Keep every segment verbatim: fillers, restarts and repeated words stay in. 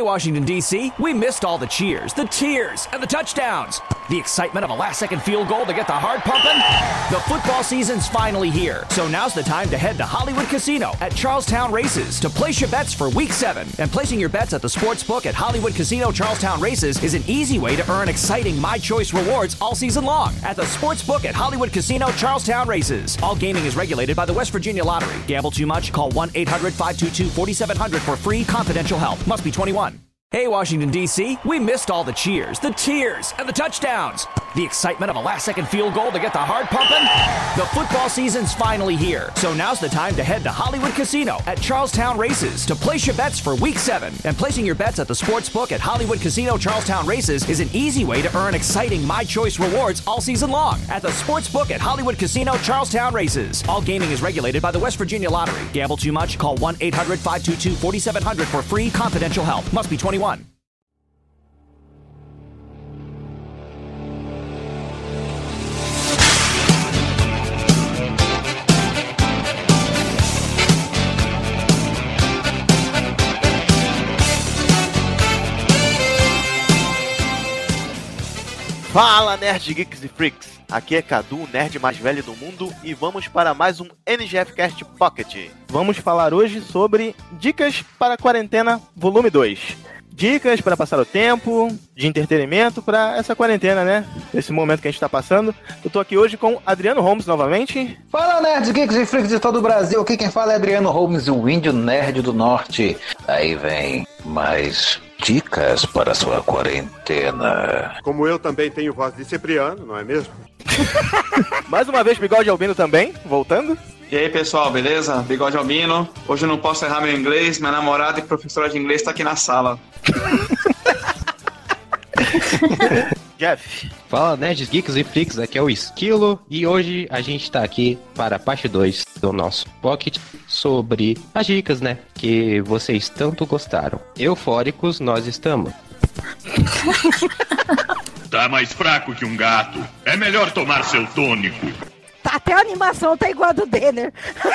Washington, D C, we missed all the cheers, the tears, and the touchdowns. The excitement of a last-second field goal to get the heart pumping. The football season's finally here, so now's the time to head to Hollywood Casino at Charlestown Races to place your bets for Week seven. And placing your bets at the sportsbook at Hollywood Casino Charlestown Races is an easy way to earn exciting My Choice rewards all season long at the sportsbook at Hollywood Casino Charlestown Races. All gaming is regulated by the West Virginia Lottery. Gamble too much? Call one eight hundred five two two four seven zero zero for free confidential help. Must be twenty-one. Hey, Washington, D C, we missed all the cheers, the tears, and the touchdowns. The excitement of a last-second field goal to get the heart pumping. The football season's finally here, so now's the time to head to Hollywood Casino at Charlestown Races to place your bets for Week seven. And placing your bets at the sportsbook at Hollywood Casino Charlestown Races is an easy way to earn exciting My Choice rewards all season long at the sportsbook at Hollywood Casino Charlestown Races. All gaming is regulated by the West Virginia Lottery. Gamble too much? Call one eight hundred five two two four seven zero zero for free confidential help. Must be twenty-one. Fala, Nerds, Geeks e Freaks! Aqui é Cadu, o nerd mais velho do mundo, e vamos para mais um N G F Cast Pocket. Vamos falar hoje sobre Dicas para a Quarentena, volume dois. Dicas para passar o tempo, de entretenimento para essa quarentena, né? Esse momento que a gente tá passando. Eu tô aqui hoje com Adriano Holmes novamente. Fala, nerds, geeks e freaks de todo o Brasil. Aqui quem fala é Adriano Holmes, o índio nerd do norte. Aí vem mais dicas para a sua quarentena. Como eu também tenho voz de Cipriano, não é mesmo? Mais uma vez, Bigode Albino também, voltando. E aí, pessoal, beleza? Bigode Albino. Hoje eu não posso errar meu inglês. Minha namorada e professora de inglês tá aqui na sala. Jeff. Fala, nerds, geeks e freaks, aqui é o Esquilo e hoje a gente tá aqui para a parte dois do nosso Pocket sobre as dicas, né, que vocês tanto gostaram. Eufóricos nós estamos. Tá mais fraco que um gato. É melhor tomar seu tônico. Até a animação tá igual a do Denner.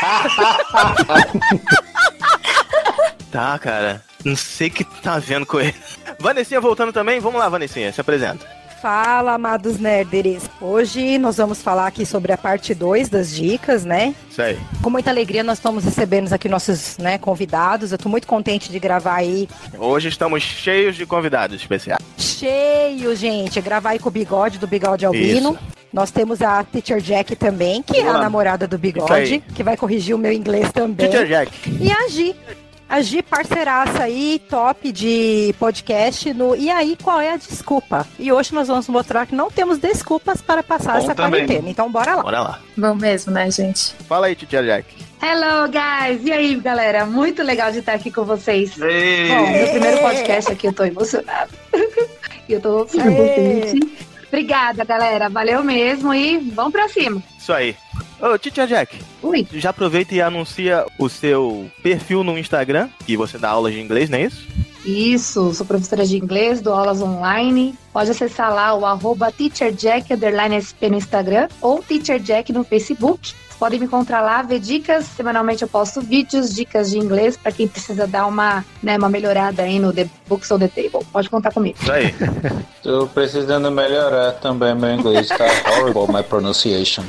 Tá, cara. Não sei o que tá vendo com ele. Vanessinha voltando também. Vamos lá, Vanessinha, se apresenta. Fala, amados nerderes. Hoje nós vamos falar aqui sobre a parte dois das dicas, né? Isso aí. Com muita alegria nós estamos recebendo aqui nossos, né, convidados. Eu tô muito contente de gravar aí. Hoje estamos cheios de convidados especiais. Cheio, gente. Gravar aí com o Bigode, do Bigode Albino. Isso. Nós temos a Teacher Jack também, que Olá. é a namorada do Bigode, que vai corrigir o meu inglês também. Teacher Jack. E a Gi. A Gi, parceiraça aí, top de podcast no E aí, qual é a desculpa? E hoje nós vamos mostrar que não temos desculpas para passar Bom essa também. quarentena. Então bora lá. Bora lá. Bom mesmo, né, gente? Fala aí, Teacher Jack. Hello, guys! E aí, galera? Muito legal de estar aqui com vocês. Ei. Bom, meu primeiro podcast aqui, eu tô emocionada. E eu tô super contente. Obrigada, galera. Valeu mesmo e vamos pra cima. Isso aí. Ô, Teacher Jack. Oi. Já aproveita e anuncia o seu perfil no Instagram, que você dá aulas de inglês, não é isso? Isso, sou professora de inglês, dou aulas online. Pode acessar lá o arroba teacherjack, underline S P no Instagram, ou teacherjack no Facebook. Podem me encontrar lá, ver dicas. Semanalmente eu posto vídeos, dicas de inglês para quem precisa dar uma, né, uma melhorada aí no The Books on the Table. Pode contar comigo. Isso aí. Tô precisando melhorar também meu inglês, tá horrible my pronunciation.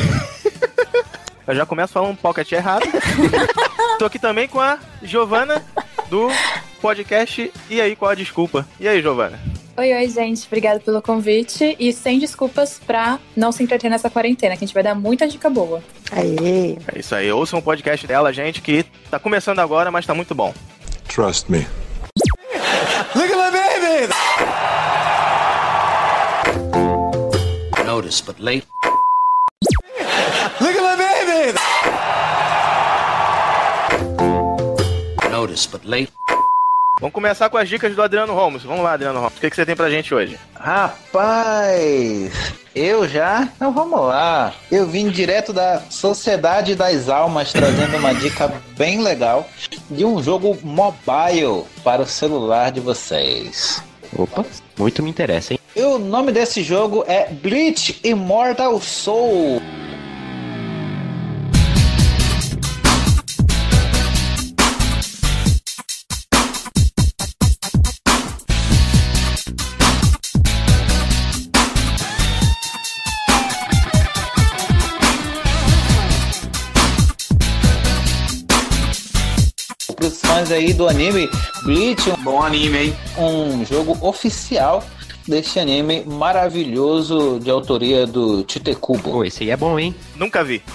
Eu já começo falando um pocket errado. Tô aqui também com a Giovana do podcast E aí, qual a desculpa? E aí, Giovana? Oi, oi, gente. Obrigada pelo convite. E sem desculpas pra não se entreter nessa quarentena, que a gente vai dar muita dica boa. Aê! É isso aí. Ouçam o podcast dela, gente, que tá começando agora, mas tá muito bom. Trust me. Look at my baby! Notice, but late. Look at my baby! Notice, but late. Vamos começar com as dicas do Adriano Holmes. Vamos lá, Adriano Holmes. O que, que você tem pra gente hoje? Rapaz, eu já? Então vamos lá. Eu vim direto da Sociedade das Almas trazendo uma dica bem legal de um jogo mobile para o celular de vocês. Opa, muito me interessa, hein? E o nome desse jogo é Bleach Immortal Soul. aí do anime Bleach. Um bom anime, hein? Um jogo oficial desse anime maravilhoso de autoria do Tite Kubo. Pô, esse aí é bom, hein? Nunca vi.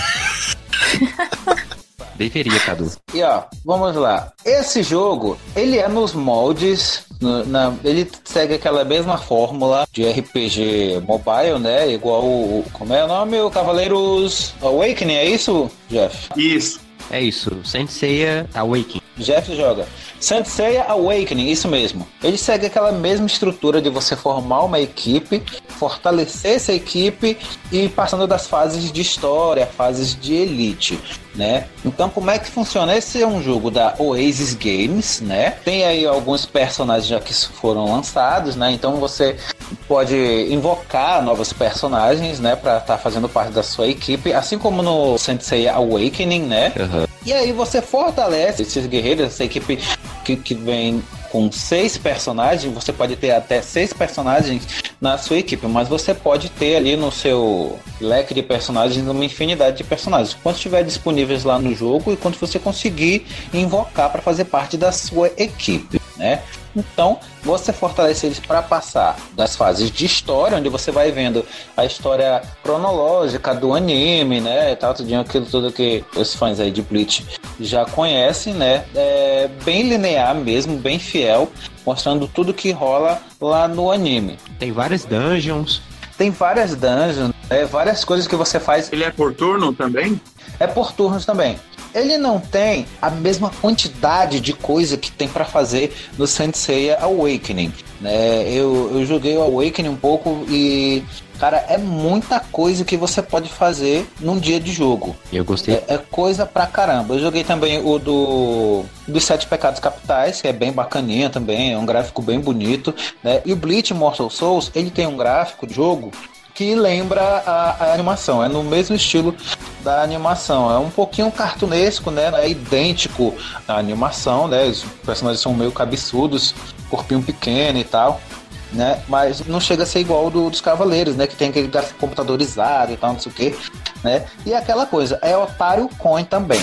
Deveria, Cadu. E ó, vamos lá. Esse jogo, ele é nos moldes, no, na, ele segue aquela mesma fórmula de R P G mobile, né? Igual o, como é o nome? O Cavaleiros Awakening, é isso, Jeff? Isso. É isso, Saint Seiya Awakening. Jeff joga Saint Seiya Awakening, isso mesmo. Ele segue aquela mesma estrutura de você formar uma equipe, fortalecer essa equipe e passando das fases de história, fases de elite, né? Então, como é que funciona? Esse é um jogo da Oasis Games, né? Tem aí alguns personagens já que foram lançados, né? Então você pode invocar novos personagens, né? Pra estar tá fazendo parte da sua equipe, assim como no Saint Seiya Awakening, né? Uhum. E aí você fortalece esses guerreiros, essa equipe que, que vem com seis personagens. Você pode ter até seis personagens na sua equipe, mas você pode ter ali no seu leque de personagens uma infinidade de personagens, quanto estiver disponíveis lá no jogo e quanto você conseguir invocar para fazer parte da sua equipe, né? Então, você fortalece eles para passar das fases de história, onde você vai vendo a história cronológica do anime, né? Tal, tudo aquilo tudo que os fãs aí de Bleach já conhecem, né? É bem linear mesmo, bem fiel, mostrando tudo que rola lá no anime. Tem várias dungeons. Tem várias dungeons, né? Várias coisas que você faz. Ele é por turno também? É por turnos também. Ele não tem a mesma quantidade de coisa que tem pra fazer no Saint Seiya Awakening, né? Eu, eu joguei o Awakening um pouco e, cara, é muita coisa que você pode fazer num dia de jogo. Eu gostei. É, é coisa pra caramba. Eu joguei também o do dos Sete Pecados Capitais, que é bem bacaninha também, é um gráfico bem bonito, né? E o Bleach Mortal Souls, ele tem um gráfico de jogo que lembra a, a animação, é no mesmo estilo da animação, é um pouquinho cartunesco, né? É idêntico à animação, né? Os personagens são meio cabeçudos, corpinho pequeno e tal, né? Mas não chega a ser igual ao do, dos Cavaleiros, né? Que tem aquele gráfico computadorizado e tal, não sei o que, né? E aquela coisa, é Otário Coin também.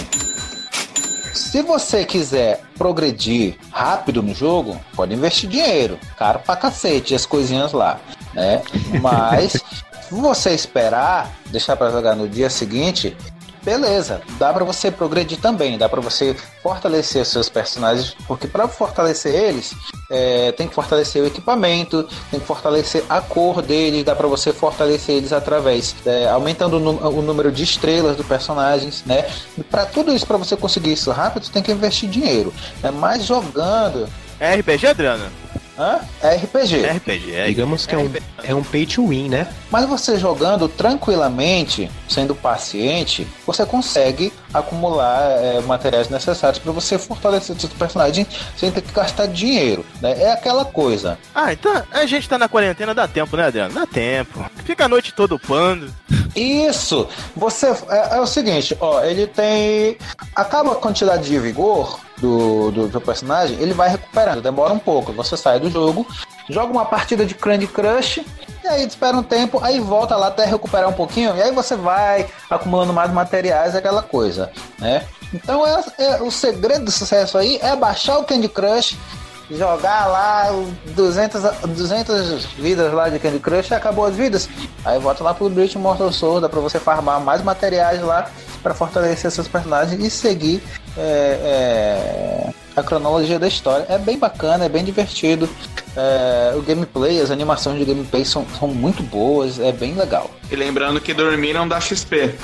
Se você quiser progredir rápido no jogo, pode investir dinheiro, caro pra cacete, as coisinhas lá, né? Mas se você esperar, deixar pra jogar no dia seguinte, beleza, dá pra você progredir também, dá pra você fortalecer os seus personagens, porque pra fortalecer eles, é, tem que fortalecer o equipamento, tem que fortalecer a cor deles, dá pra você fortalecer eles através, é, aumentando o, o número de estrelas do personagens, né? E pra tudo isso, pra você conseguir isso rápido, você tem que investir dinheiro, né? Mas jogando... É R P G, Adriano? Hã? É R P G. É R P G, é. Digamos que é um, é um pay to win, né? Mas você jogando tranquilamente, sendo paciente, você consegue acumular é, materiais necessários para você fortalecer seus personagens sem ter que gastar dinheiro, né? É aquela coisa. Ah, então a gente tá na quarentena, dá tempo, né, Adriano? Dá tempo. Fica a noite toda upando. Isso! Você, é, é o seguinte, ó, ele tem... Acaba a quantidade de vigor do, do, do personagem, ele vai recuperando, demora um pouco. Você sai do jogo, joga uma partida de Candy Crush, e aí espera um tempo, aí volta lá até recuperar um pouquinho, e aí você vai acumulando mais materiais, aquela coisa, né? Então é, é, o segredo do sucesso aí é baixar o Candy Crush, jogar lá duzentas, duzentas vidas lá de Candy Crush e acabou as vidas. Aí volta lá pro Bleach Mortal Souls, dá pra você farmar mais materiais lá pra fortalecer seus personagens e seguir é, é, a cronologia da história. É bem bacana, é bem divertido. É, o gameplay, as animações de gameplay são, são muito boas, é bem legal. E lembrando que dormir não dá X P.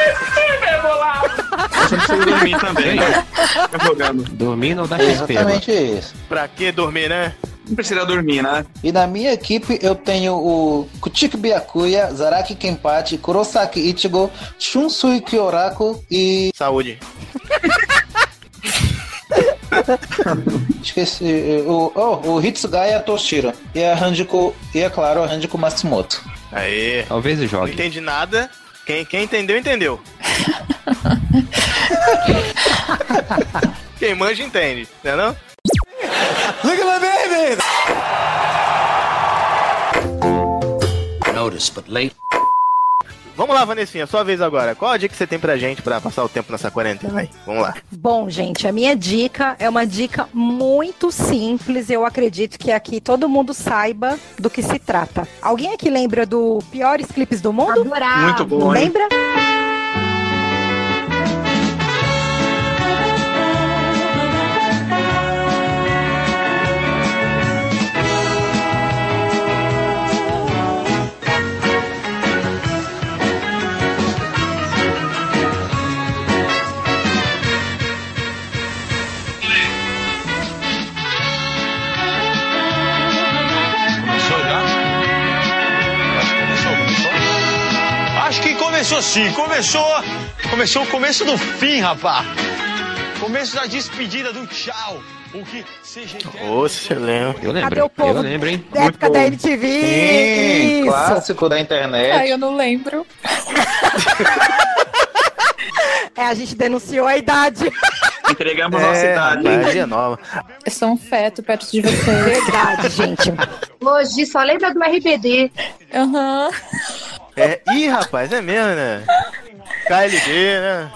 Você precisa dormir também, né? Jogando. Dormir não dá É X P. exatamente isso. Pra que dormir, né? Não precisa dormir, né? E na minha equipe eu tenho o Kuchiki Byakuya, Zaraki Kenpachi, Kurosaki Ichigo, Shunsui Kyoraku e... Saúde. Esqueci o, oh, o Hitsugaya Toshiro e a Hanjiko, e é claro, a Hanjiko Matsumoto. Aê. Talvez eu Não jogue. entendi nada. Quem, quem entendeu, entendeu. Quem manja, entende. Não é não? Look at my baby! Notice, but late. Vamos lá, Vanessinha, sua vez agora. Qual a dica que você tem pra gente pra passar o tempo nessa quarentena aí? Vamos lá. Bom, gente, a minha dica é uma dica muito simples. Eu acredito que aqui todo mundo saiba do que se trata. Alguém aqui lembra do Piores Clipes do Mundo? Adorava. Muito bom, hein? Lembra? Acho que começou sim, começou, começou o começo do fim, rapaz. Começo da despedida do tchau. O que seja. Ô, você lembra? Eu lembro. Cadê o povo? Eu lembro, hein? Da época da M T V. Sim, Isso. clássico da internet. Ai, eu não lembro. É, a gente denunciou a idade. Entregamos a nossa É, idade. rapaz, é nova. Eu sou um feto perto de você. Verdade, gente. Hoje só lembra do R B D. Aham. É, ih, rapaz, é mesmo, né? K L B, né?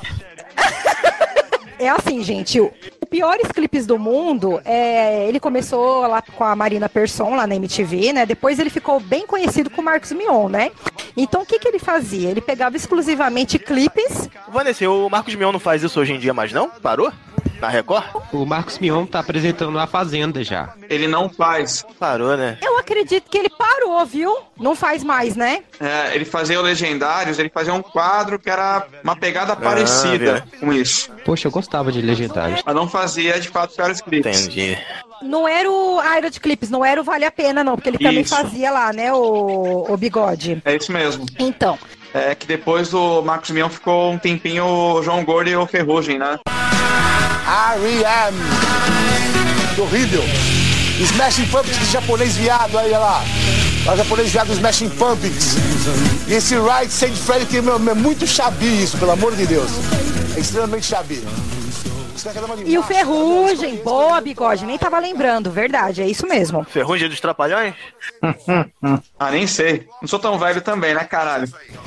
É assim, gente, o Piores Clipes do Mundo, é, ele começou lá com a Marina Persson, lá na M T V, né? Depois ele ficou bem conhecido com o Marcos Mion, né? Então, o que que ele fazia? Ele pegava exclusivamente clipes. Vanessa, o Marcos Mion não faz isso hoje em dia mais, não? Parou? Na Record? O Marcos Mion tá apresentando a Fazenda já. Ele não faz. Parou, né? Eu acredito que ele parou, viu? Não faz mais, né? É, ele fazia o Legendários, ele fazia um quadro que era uma pegada parecida com isso. Poxa, eu gostava de Legendários. Mas não fazia, de fato, Piores Clipes. Entendi. Não era o a era de clipes, não era o Vale a Pena, não, porque ele também Isso. fazia lá, né, o, o Bigode. É isso mesmo. Então, É que depois do Marcos Mion ficou um tempinho o João Gordo e o Ferrugem, né? R E M. Horrível. Smashing Pumpkins de japonês viado, aí, olha lá. O japonês viado do Smashing Pumpkins. E esse Right Saint Freddy que é, meu, é muito chabi isso, pelo amor de Deus. É extremamente chabi. e o Ferrugem, boa, Bigode, nem tava lembrando, verdade, é isso mesmo. Ferrugem dos Trapalhões? Ah, nem sei. Não sou tão velho também, né, caralho?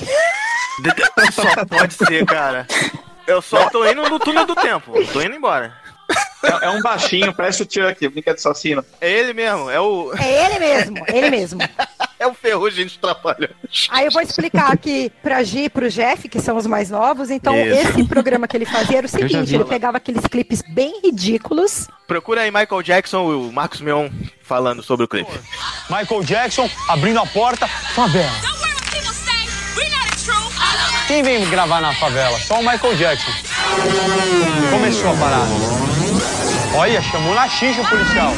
Só pode ser, cara. Eu só tô indo no túnel do tempo. Tô indo embora. É, é um baixinho, parece o Chuck, o brinquedo assassino. É ele mesmo, é o... É ele mesmo, ele mesmo. É o Ferrugem dos Trapalhões. Aí eu vou explicar aqui pra Gi e pro Jeff, que são os mais novos. Então, Isso. esse programa que ele fazia era o Eu já seguinte, vi. ele pegava aqueles clipes bem ridículos. Procura aí Michael Jackson e o Marcos Mion falando sobre o clipe. Michael Jackson abrindo a porta, favela. Quem vem gravar na favela? Só o Michael Jackson. Começou a parada. Olha, chamou na xixa o policial.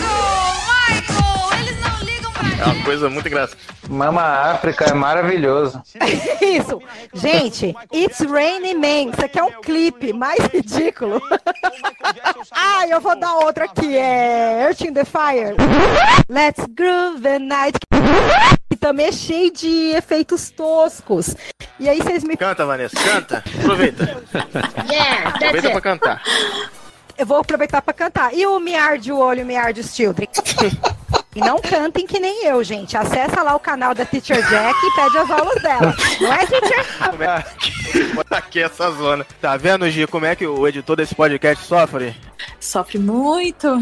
É uma coisa muito engraçada. Mama África é maravilhoso. Isso. Gente, It's Raining Man. Isso aqui é um clipe mais ridículo. Ah, eu vou dar outra aqui. É Earth in the Fire. Let's Groove the Night. Que também é cheio de efeitos toscos. E aí vocês me... Canta, Vanessa, canta. Aproveita. Yeah, that's Aproveita it. pra cantar. Eu vou aproveitar pra cantar. E o Me Arde o Olho, Me Arde os Children. E não cantem que nem eu, gente. Acessa lá o canal da Teacher Jack e pede as aulas dela. Não é, Teacher? Como é que... Aqui essa zona. Tá vendo, Gi, como é que o editor desse podcast sofre? Sofre muito.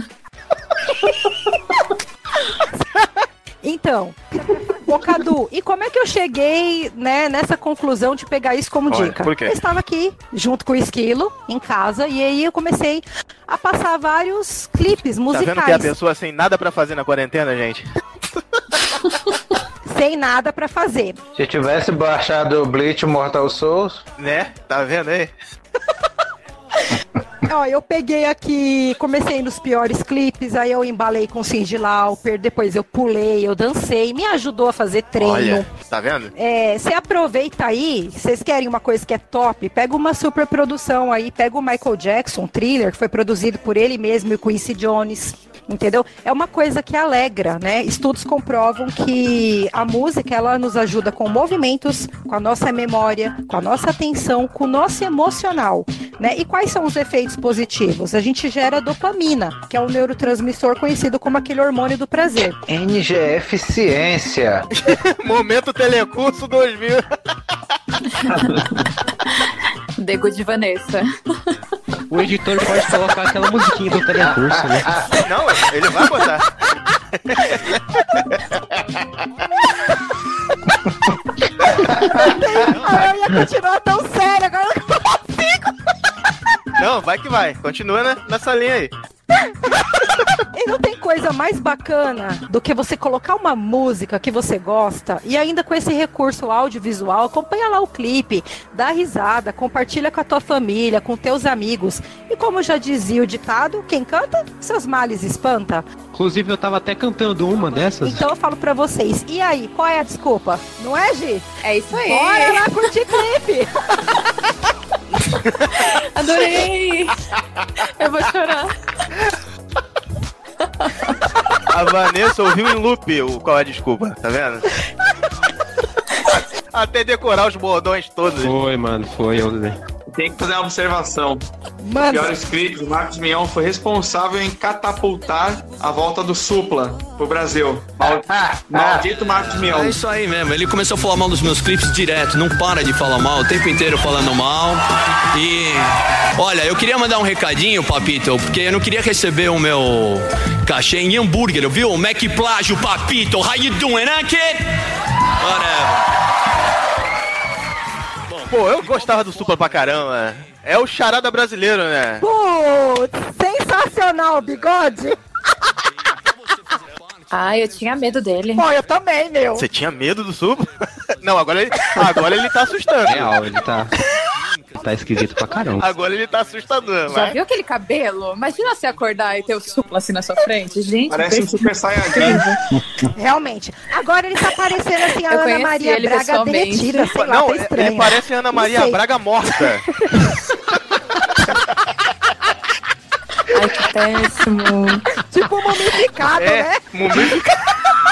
Então, ô Cadu, e como é que eu cheguei, né, nessa conclusão de pegar isso como Olha, dica? por quê? Eu estava aqui, junto com o Esquilo, em casa, e aí eu comecei a passar vários clipes Tá musicais. vendo que é a pessoa sem nada pra fazer na quarentena, gente? Sem nada pra fazer. Se tivesse baixado o Bleach Mortal Souls, Né? Tá vendo aí? Ó, eu peguei aqui, comecei nos piores clipes, aí eu embalei com Cyndi Lauper, depois eu pulei, eu dancei, me ajudou a fazer treino. Olha, tá vendo? É, você aproveita aí, vocês querem uma coisa que é top, pega uma super produção aí, pega o Michael Jackson, Thriller, que foi produzido por ele mesmo e o Quincy Jones. Entendeu? É uma coisa que alegra, né? Estudos comprovam que a música, ela nos ajuda com movimentos, com a nossa memória, com a nossa atenção, com o nosso emocional, né? E quais são os efeitos positivos? A gente gera dopamina, que é um neurotransmissor conhecido como aquele hormônio do prazer. N G F Ciência. Momento Telecurso dois mil. The Good Vanessa. O editor pode colocar aquela musiquinha do telecurso, né? Não, ele vai botar. Ah, eu ia continuar tão sério, agora eu não consigo. Não, vai que vai. Continua né, nessa linha aí. E não tem coisa mais bacana do que você colocar uma música que você gosta e ainda com esse recurso audiovisual, acompanha lá o clipe, dá risada, compartilha com a tua família, com teus amigos. E como já dizia o ditado, quem canta, seus males espanta. Inclusive eu tava até cantando uma dessas. Então eu falo pra vocês, e aí, qual é a desculpa? Não é, Gi? É isso aí. Bora lá curtir clipe! Adorei! Eu vou chorar. A Vanessa ouviu em loop o qual é a desculpa, tá vendo? Até decorar os bordões todos. Foi, mano, foi. Eu... Tem que fazer uma observação. Mano. Piores críticos, o Marcos Mion foi responsável em catapultar a volta do Supla pro Brasil. Mal... Maldito Marcos Mion. É isso aí mesmo, ele começou a falar mal dos meus clipes direto, não para de falar mal, o tempo inteiro falando mal. E olha, eu queria mandar um recadinho, Papito, porque eu não queria receber o meu cachê em hambúrguer, viu? O Mac Plágio, Papito, how you doing, né, kid? Whatever. Pô, eu gostava do Supla pra caramba. É o charada brasileiro, né? Putz, sensacional, Bigode. Ai, eu tinha medo dele. Pô, eu também, meu. Você tinha medo do Supla? Não, agora ele, agora ele tá assustando. Real, ele tá... Tá esquisito pra caramba. Agora ele tá assustador, Já mas... viu aquele cabelo? Imagina você acordar e ter o Supla assim na sua frente. Gente, parece um Super Saiyajin. Realmente. Agora ele tá parecendo assim a Eu Ana conheci Maria ele Braga pessoalmente. derretida, sei lá, Não, tá estranho. ele parece a Ana Maria Não sei. Braga morta. Ai, que péssimo. Tipo mumificado, É, né? mumificado.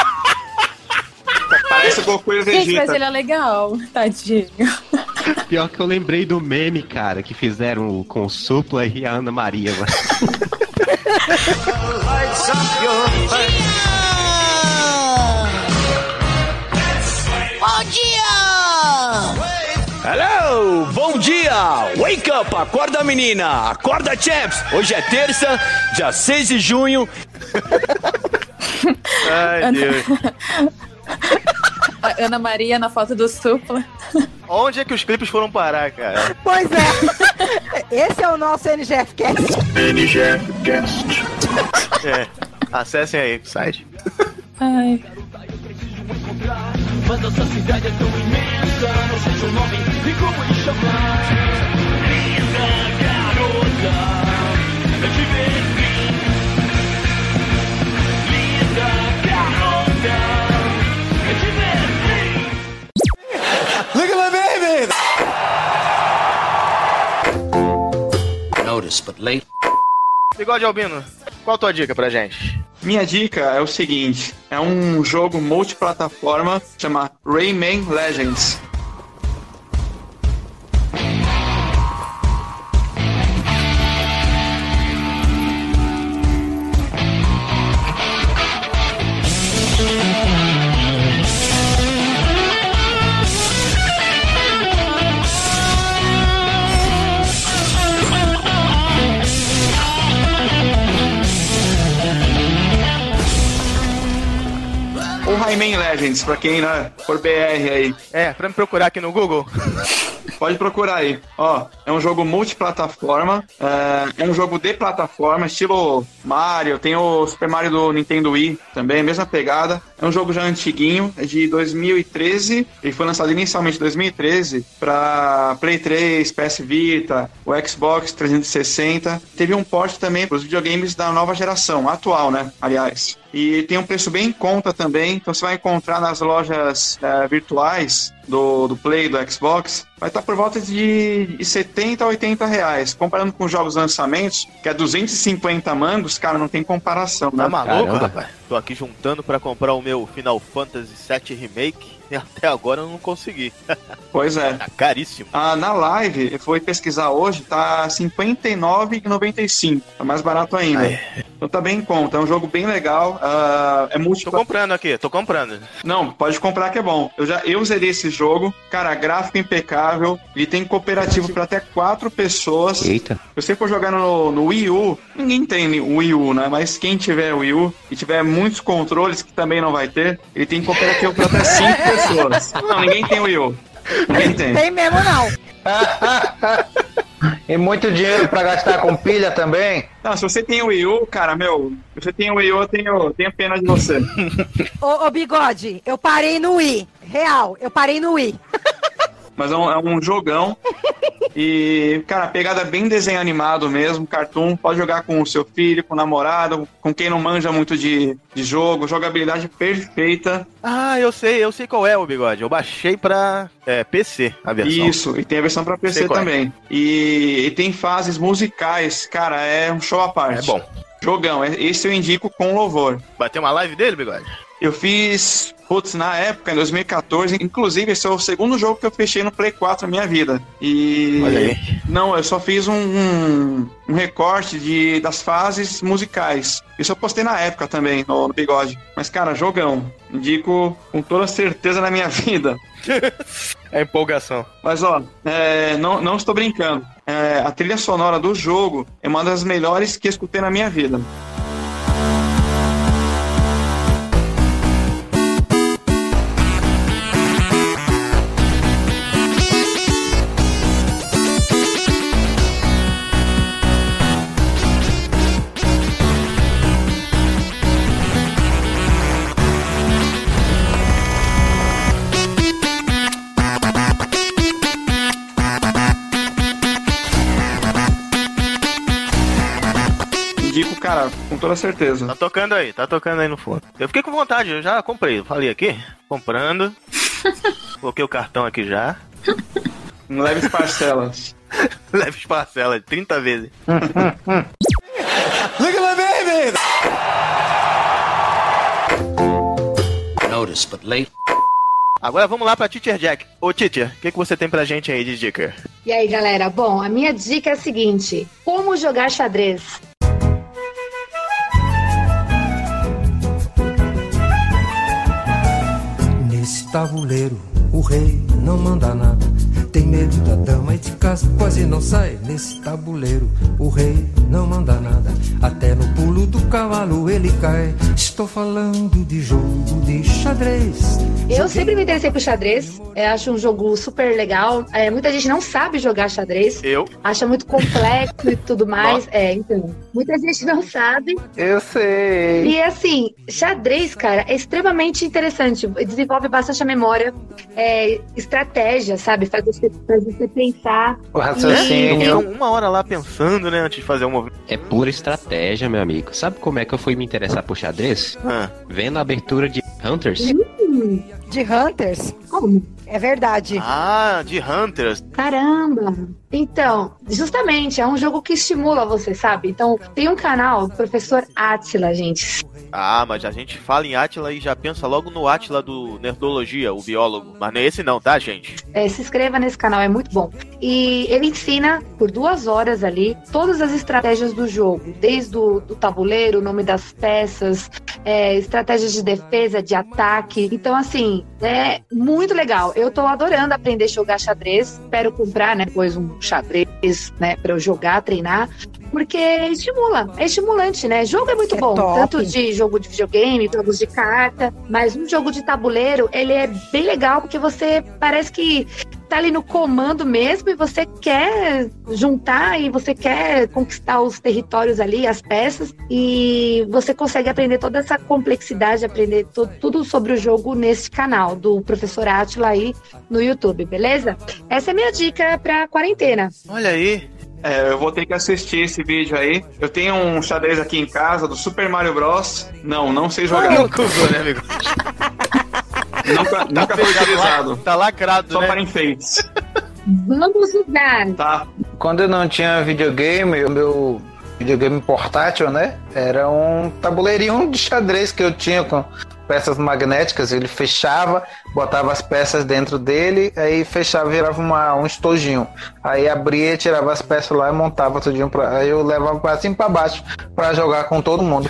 Parece o Goku e o Gente, mas Vegeta. ele é legal. Tadinho. Pior que eu lembrei do meme, cara, que fizeram com o Supla e a Ana Maria, mano. Bom dia! Hello, bom dia! Wake up, acorda menina, acorda champs! Hoje é terça, dia seis de junho. Ai, Deus. A Ana Maria na foto do Supla. Onde é que os clipes foram parar, cara? Pois é. Esse é o nosso N G F Cast. N G F Cast. É, acessem aí o site. Ai. Mas nossa cidade é tão imensa, não sei seu nome e como lhe chamar. Linda garota, eu te bebi. Linda garota, eu te bebi. Look at my baby! Notice, but late. Bigode Albino, qual a tua dica pra gente? Minha dica é o seguinte: é um jogo multiplataforma chama Rayman Legends. O Rayman Legends, pra quem né, for B R aí. É, pra me procurar aqui no Google. Pode procurar aí. Ó, é um jogo multiplataforma. É, é um jogo de plataforma, estilo Mario. Tem o Super Mario do Nintendo Wii também, mesma pegada. É um jogo já antiguinho, é de dois mil e treze. Ele foi lançado inicialmente em dois mil e treze para Play três, P S Vita, o Xbox trezentos e sessenta. Teve um port também para os videogames da nova geração, atual, né? Aliás. E tem um preço bem em conta também, então você vai encontrar nas lojas é, virtuais do, do Play, do Xbox, vai estar por volta de setenta a oitenta reais. Comparando com os jogos lançamentos, que é duzentos e cinquenta mangos, cara, não tem comparação, né? Tá maluco, Caramba. rapaz? Tô aqui juntando pra comprar o meu Final Fantasy sete Remake e até agora eu não consegui. Pois é. Tá caríssimo. Ah, na live, eu fui pesquisar hoje, tá cinquenta e nove reais e noventa e cinco centavos. Tá mais barato ainda. Ai. Então tá bem em conta. É um jogo bem legal. Uh, é multi... Tô comprando aqui, tô comprando. Não, pode comprar que é bom. Eu já eu zerei esse jogo. Cara, gráfico impecável. Ele tem cooperativo para até quatro pessoas. Eita. Se você for jogar no, no Wii U, ninguém tem o Wii U, né? Mas quem tiver Wii U e tiver muitos controles, que também não vai ter, ele tem cooperativo para até cinco pessoas. Não, ninguém tem Wii U. Ninguém tem. Tem mesmo não. E muito dinheiro pra gastar com pilha também? Não, se você tem o Wii U, cara, meu, se você tem o Wii U, eu tenho, tenho pena de você. Ô, ô, Bigode, eu parei no Wii. Real, eu parei no Wii. Mas é um, é um jogão. E, cara, pegada bem desenho animado mesmo, cartoon. Pode jogar com o seu filho, com o namorado, com quem não manja muito de, de jogo. Jogabilidade perfeita. Ah, eu sei, eu sei qual é o Bigode. Eu baixei pra é, P C a versão. Isso, e tem a versão pra P C também. É. E, e tem fases musicais. Cara, é um show à parte. É bom. Jogão, esse eu indico com louvor. Vai ter uma live dele, Bigode? Eu fiz, putz, na época, em dois mil e catorze, inclusive esse é o segundo jogo que eu fechei no Play quatro na minha vida. E... Olha aí. Não, eu só fiz um, um, um recorte de, das fases musicais. Isso eu postei na época também, no, no Bigode. Mas, cara, jogão. Indico com toda certeza na minha vida. É empolgação. Mas, ó, é, não, não estou brincando. É, a trilha sonora do jogo é uma das melhores que eu escutei na minha vida. Cara, com toda certeza. Tá tocando aí, tá tocando aí no fundo. Eu fiquei com vontade, eu já comprei. Eu falei aqui, comprando. Coloquei o cartão aqui já. Leves parcelas. Leves parcelas, trinta vezes. Look at my baby! Notice, but late. Agora vamos lá pra Teacher Jack. Ô, Teacher, o que, que você tem pra gente aí de dica? E aí, galera? Bom, a minha dica é a seguinte. Como jogar xadrez? Nesse tabuleiro, o rei não manda nada. Tem medo da dama e de casa quase não sai. Nesse tabuleiro, o rei não manda nada. Até no pulo do cavalo ele cai. Estou falando de jogo de xadrez. Eu sempre me interessei por xadrez. Eu acho um jogo super legal. É, muita gente não sabe jogar xadrez. Eu? Acha muito complexo e tudo mais. Nossa. É, então. Muita gente não sabe. Eu sei. E assim, xadrez, cara, é extremamente interessante. Desenvolve bastante a memória, é, estratégia, sabe? Faz você, faz você pensar. O raciocínio. E... uma hora lá pensando, né, antes de fazer um movimento. É pura estratégia, meu amigo. Sabe como é que eu fui me interessar por xadrez? Ah. Vendo a abertura de Hunters. Hum. De Hunters? Como? É verdade. Ah, de Hunters. Caramba! Então, justamente, é um jogo que estimula você, sabe? Então, tem um canal, Professor Átila, gente. Ah, mas a gente fala em Átila e já pensa logo no Átila do Nerdologia, o biólogo. Mas não é esse não, tá, gente? É, se inscreva nesse canal, é muito bom. E ele ensina, por duas horas ali, todas as estratégias do jogo. Desde o do tabuleiro, o nome das peças, é, estratégias de defesa, de ataque. Então, assim, é muito legal. Eu tô adorando aprender a jogar xadrez. Espero comprar, né, depois um xadrez, né, pra eu jogar, treinar. Porque estimula, é estimulante, né? Jogo é muito é bom, top. Tanto de jogo de videogame, jogos de carta, mas um jogo de tabuleiro, ele é bem legal, porque você parece que tá ali no comando mesmo e você quer juntar e você quer conquistar os territórios ali, as peças, e você consegue aprender toda essa complexidade, aprender to- tudo sobre o jogo nesse canal do Professor Átila aí no YouTube, beleza? Essa é a minha dica pra quarentena. Olha aí. É, eu vou ter que assistir esse vídeo aí. Eu tenho um xadrez aqui em casa do Super Mario Bros. Não, não sei jogar. Nunca usou, né, amigo? Nunca, nunca foi utilizado. Tá lacrado, Só né? para enfeites. Vamos jogar. Tá. Quando eu não tinha videogame, o meu videogame portátil, né? Era um tabuleirinho de xadrez que eu tinha com peças magnéticas. Ele fechava, botava as peças dentro dele, aí fechava, virava uma, um estojinho. Aí abria, tirava as peças lá e montava tudinho. Pra, aí eu levava pra cima e pra baixo pra jogar com todo mundo.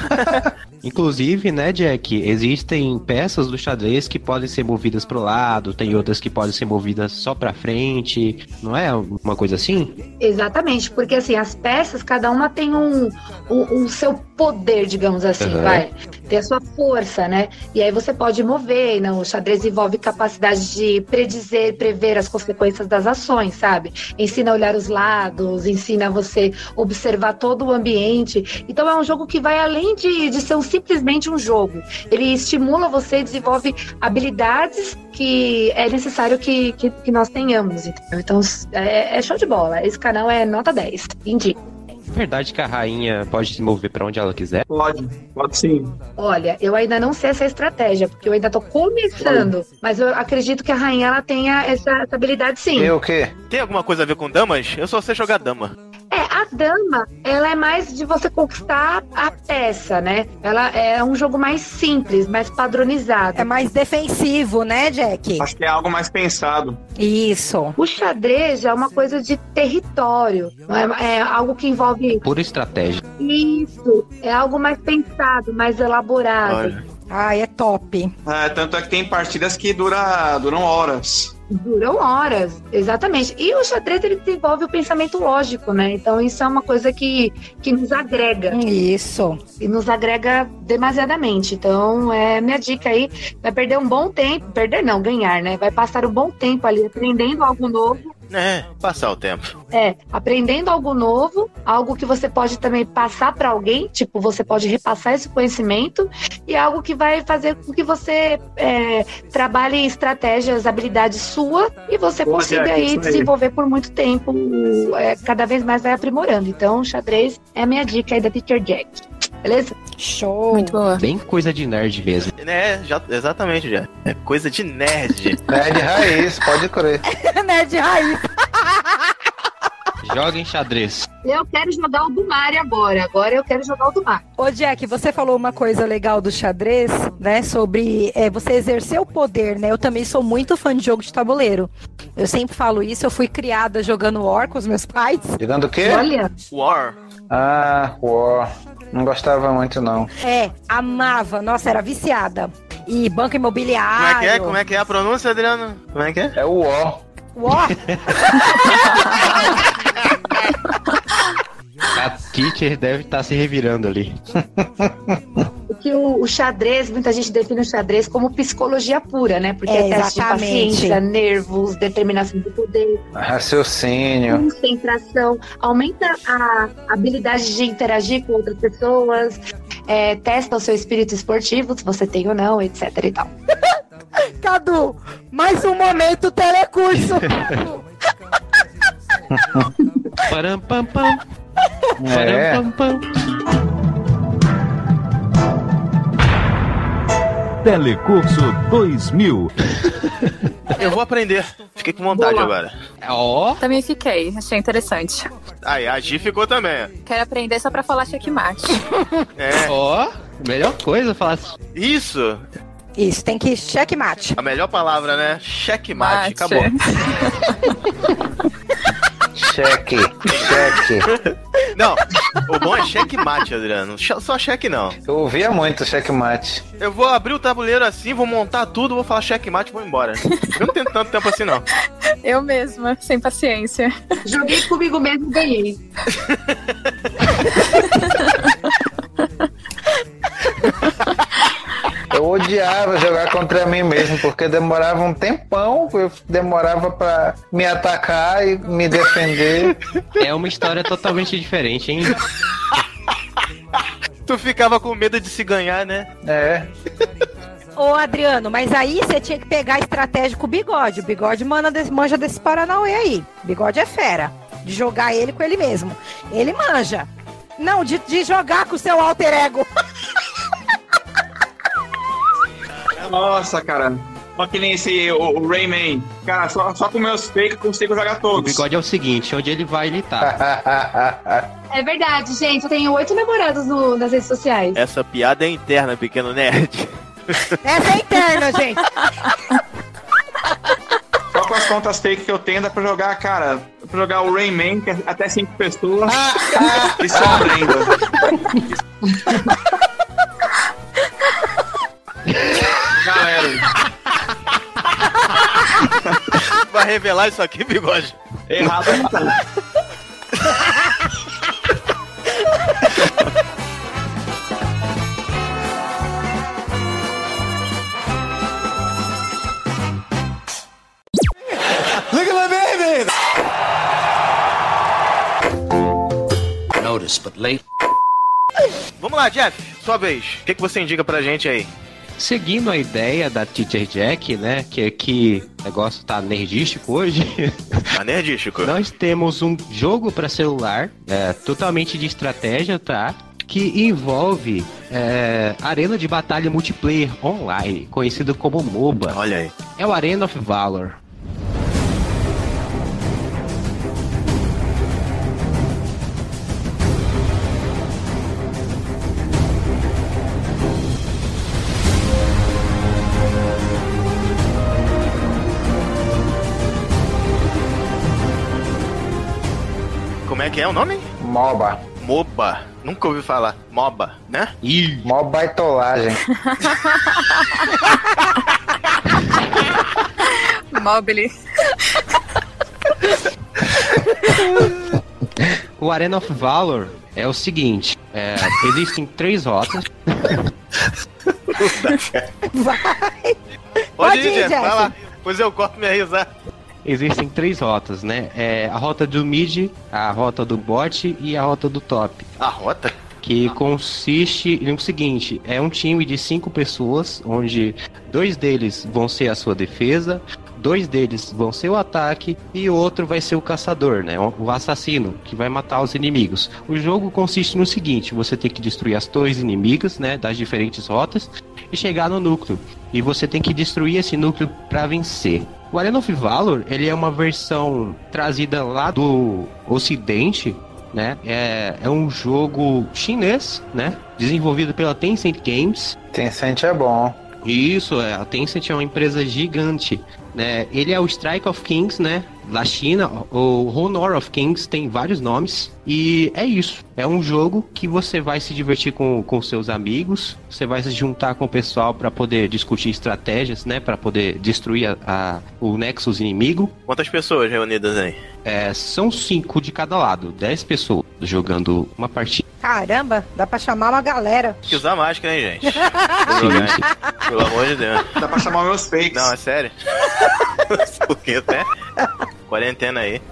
Inclusive, né, Jack, existem peças do xadrez que podem ser movidas pro lado, tem outras que podem ser movidas só pra frente, não é uma coisa assim? Exatamente, porque assim, as peças, cada uma tem um, um, um seu poder, digamos assim, uhum. vai, tem a sua força, né? E aí você pode mover, não? O xadrez envolve capacidade de predizer, prever as consequências das ações, sabe? Ensina a olhar os lados, ensina você observar todo o ambiente. Então é um jogo que vai além de, de ser um simplesmente um jogo. Ele estimula você e desenvolve habilidades que é necessário que, que, que nós tenhamos. Entendeu? Então é, é show de bola. Esse canal é nota dez. Indico. É verdade que a rainha pode se mover pra onde ela quiser? Pode, pode sim. Olha, eu ainda não sei essa estratégia, porque eu ainda tô começando, pode. Mas eu acredito que a rainha ela tenha essa, essa habilidade sim. E o quê? Tem alguma coisa a ver com damas? Eu só sei jogar dama. É, a dama, ela é mais de você conquistar a peça, né? Ela é um jogo mais simples, mais padronizado. É mais defensivo, né, Jack? Acho que é algo mais pensado. Isso. O xadrez é uma coisa de território, é, é algo que envolve... Pura estratégia. Isso, é algo mais pensado, mais elaborado. Olha. Ah, é top. É, tanto é que tem partidas que dura, duram horas. Duram horas, exatamente. E o xadrez, ele desenvolve o pensamento lógico, né? Então isso é uma coisa que, que nos agrega. Isso. E nos agrega demasiadamente. Então, é minha dica aí. Vai perder um bom tempo. Perder não, ganhar, né? Vai passar um bom tempo ali aprendendo algo novo. É, passar o tempo. É, aprendendo algo novo, algo que você pode também passar para alguém, tipo, você pode repassar esse conhecimento, e algo que vai fazer com que você é, trabalhe estratégias, habilidades sua, e você Boa, consiga Jack, aí desenvolver por muito tempo, é, cada vez mais vai aprimorando. Então, xadrez é a minha dica aí da Teacher Jack. Beleza? Show! Muito boa. Bem coisa de nerd mesmo. É, já, exatamente, já. É coisa de nerd. Nerd raiz, pode crer. Nerd raiz. Joga em xadrez. Eu quero jogar o do Mario agora. Agora eu quero jogar o do Mario. Ô, Jack, você falou uma coisa legal do xadrez, né? Sobre é, você exercer o poder, né? Eu também sou muito fã de jogo de tabuleiro. Eu sempre falo isso. Eu fui criada jogando War com os meus pais. Jogando o quê? Olha. War. Ah, War. Não gostava muito, não. É, amava. Nossa, era viciada. E banco imobiliário. Como é que é? Como é que é a pronúncia, Adriano? Como é que é? É o War. War? A teacher deve estar tá se revirando ali. Porque o, o xadrez, muita gente define o xadrez como psicologia pura, né? Porque é, É, teste de exatamente. paciência, nervos, determinação de poder, Raciocínio. concentração, aumenta a habilidade de interagir com outras pessoas, é, testa o seu espírito esportivo, se você tem ou não, etc e tal. Cadu, mais um momento telecurso. Param, pam, pam. É. Param, pam, pam. Telecurso dois mil. Eu vou aprender. Fiquei com vontade Boa. agora. Ó. Também fiquei, achei interessante. Aí, a Gi ficou também. Quero aprender só pra falar checkmate. É. Ó. Melhor coisa falar. Isso. Isso, tem que checkmate. A melhor palavra, né? Checkmate. Mate. Acabou. Cheque. Cheque. Não, o bom é checkmate, Adriano. Só cheque não. Eu ouvia muito checkmate. Eu vou abrir o tabuleiro assim, vou montar tudo, vou falar checkmate e vou embora. Eu não tenho tanto tempo assim, não. Eu mesma, sem paciência. Joguei comigo mesmo e ganhei. Eu odiava jogar contra mim mesmo, porque demorava um tempão, eu demorava pra me atacar e me defender. É uma história totalmente diferente, hein? Tu ficava com medo de se ganhar, né? É. Ô, Adriano, mas aí você tinha que pegar a estratégia com o Bigode. O Bigode manda desse, manja desse Paranauê aí. Bigode é fera. De jogar ele com ele mesmo. Ele manja. Não, de, de jogar com o seu alter ego. Nossa, cara. Olha que nem esse, o, o Rayman. Cara, só, só com meus fakes eu consigo jogar todos. O Bigode é o seguinte, onde ele vai, ele tá. É verdade, gente. Eu tenho oito namorados no, nas redes sociais. Essa piada é interna, pequeno nerd. Essa é interna, gente. Só com as contas fake que eu tenho, dá pra jogar, cara, dá pra jogar o Rayman, que é até cinco pessoas, e sobra ainda. Galera. Vai revelar isso aqui, Bigode? Errado não tá. Look at my baby! Notice, but late. Vamos lá, Jeff, sua vez. O que, que você indica pra gente aí? Seguindo a ideia da Teacher Jack, né, que aqui o negócio tá nerdístico hoje. Tá nerdístico. Nós temos um jogo para celular, é, totalmente de estratégia, tá? Que envolve é, arena de batalha multiplayer online, conhecido como MOBA. Olha aí. É o Arena of Valor. Como é que é o nome? MOBA. MOBA. Nunca ouvi falar. MOBA, né? Ih. MOBA é tolagem. Mobile. O Arena of Valor é o seguinte, é, existem três rotas. Vai. Pode, Pode ir, ir, Jeff, vai Jeff. lá. Pois eu corto minha risada. Existem três rotas, né? É a rota do mid, a rota do bot e a rota do top. A rota? Que consiste no seguinte, é um time de cinco pessoas, onde dois deles vão ser a sua defesa, dois deles vão ser o ataque e o outro vai ser o caçador, né? O assassino, que vai matar os inimigos. O jogo consiste no seguinte, você tem que destruir as torres inimigas, né? Das diferentes rotas e chegar no núcleo. E você tem que destruir esse núcleo para vencer. O Arena of Valor, ele é uma versão trazida lá do Ocidente, né? É, é um jogo chinês, né? Desenvolvido pela Tencent Games. Tencent é bom. Isso, é, a Tencent é uma empresa gigante, né? Ele é o Strike of Kings, né? Da China, o Honor of Kings tem vários nomes. E é isso, é um jogo que você vai se divertir com, com seus amigos, você vai se juntar com o pessoal para poder discutir estratégias, né? Para poder destruir a, a, o Nexus inimigo. Quantas pessoas reunidas aí? É, são cinco de cada lado, dez pessoas jogando uma partida. Caramba, dá pra chamar uma galera. Tem que usar máscara, hein, gente? Vou jogar, hein? Pelo amor de Deus. Dá pra chamar meus fakes. Não, é sério? Por quê, né? Quarentena aí.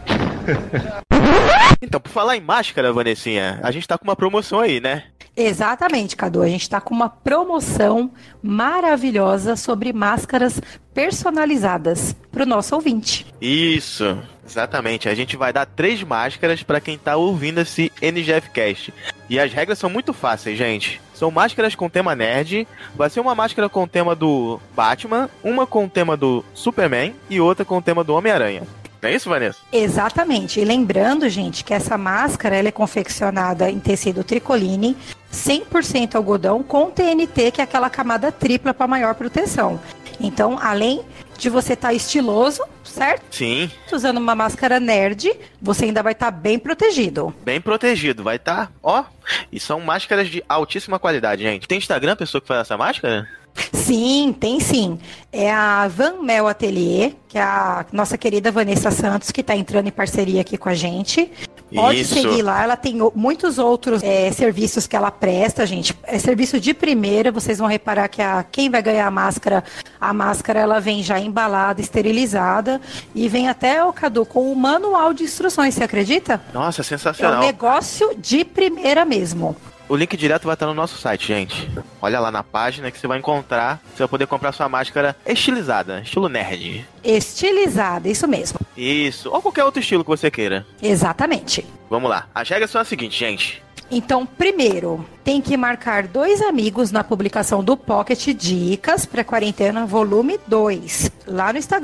Então, por falar em máscara, Vanessinha, a gente tá com uma promoção aí, né? Exatamente, Cadu. A gente tá com uma promoção maravilhosa sobre máscaras personalizadas pro nosso ouvinte. Isso, exatamente. A gente vai dar três máscaras pra quem tá ouvindo esse N G F Cast. E as regras são muito fáceis, gente. São máscaras com tema nerd. Vai ser uma máscara com o tema do Batman, uma com o tema do Superman e outra com o tema do Homem-Aranha. Não é isso, Vanessa? Exatamente. E lembrando, gente, que essa máscara ela é confeccionada em tecido tricoline, cem por cento algodão, com T N T, que é aquela camada tripla para maior proteção. Então, além de você estar tá estiloso, certo? Sim. Usando uma máscara nerd, você ainda vai estar tá bem protegido. Bem protegido, vai estar, tá, ó. E são máscaras de altíssima qualidade, gente. Tem Instagram, pessoa que faz essa máscara? Sim, tem sim. É a Van Mel Atelier, que é a nossa querida Vanessa Santos, que está entrando em parceria aqui com a gente. Pode Isso. seguir lá, ela tem o- muitos outros é, serviços que ela presta, gente. É serviço de primeira, vocês vão reparar que a, quem vai ganhar a máscara, a máscara ela vem já embalada, esterilizada, e vem até, o Cadu, com o manual de instruções, você acredita? Nossa, É um sensacional. negócio de primeira mesmo. O link direto vai estar no nosso site, gente. Olha lá na página que você vai encontrar. Você vai poder comprar sua máscara estilizada, estilo nerd. Estilizada, isso mesmo. Isso, ou qualquer outro estilo que você queira. Exatamente. Vamos lá. As regras são as seguintes, gente. Então, primeiro, tem que marcar dois amigos na publicação do Pocket Dicas para Quarentena Volume dois, lá no Instagram.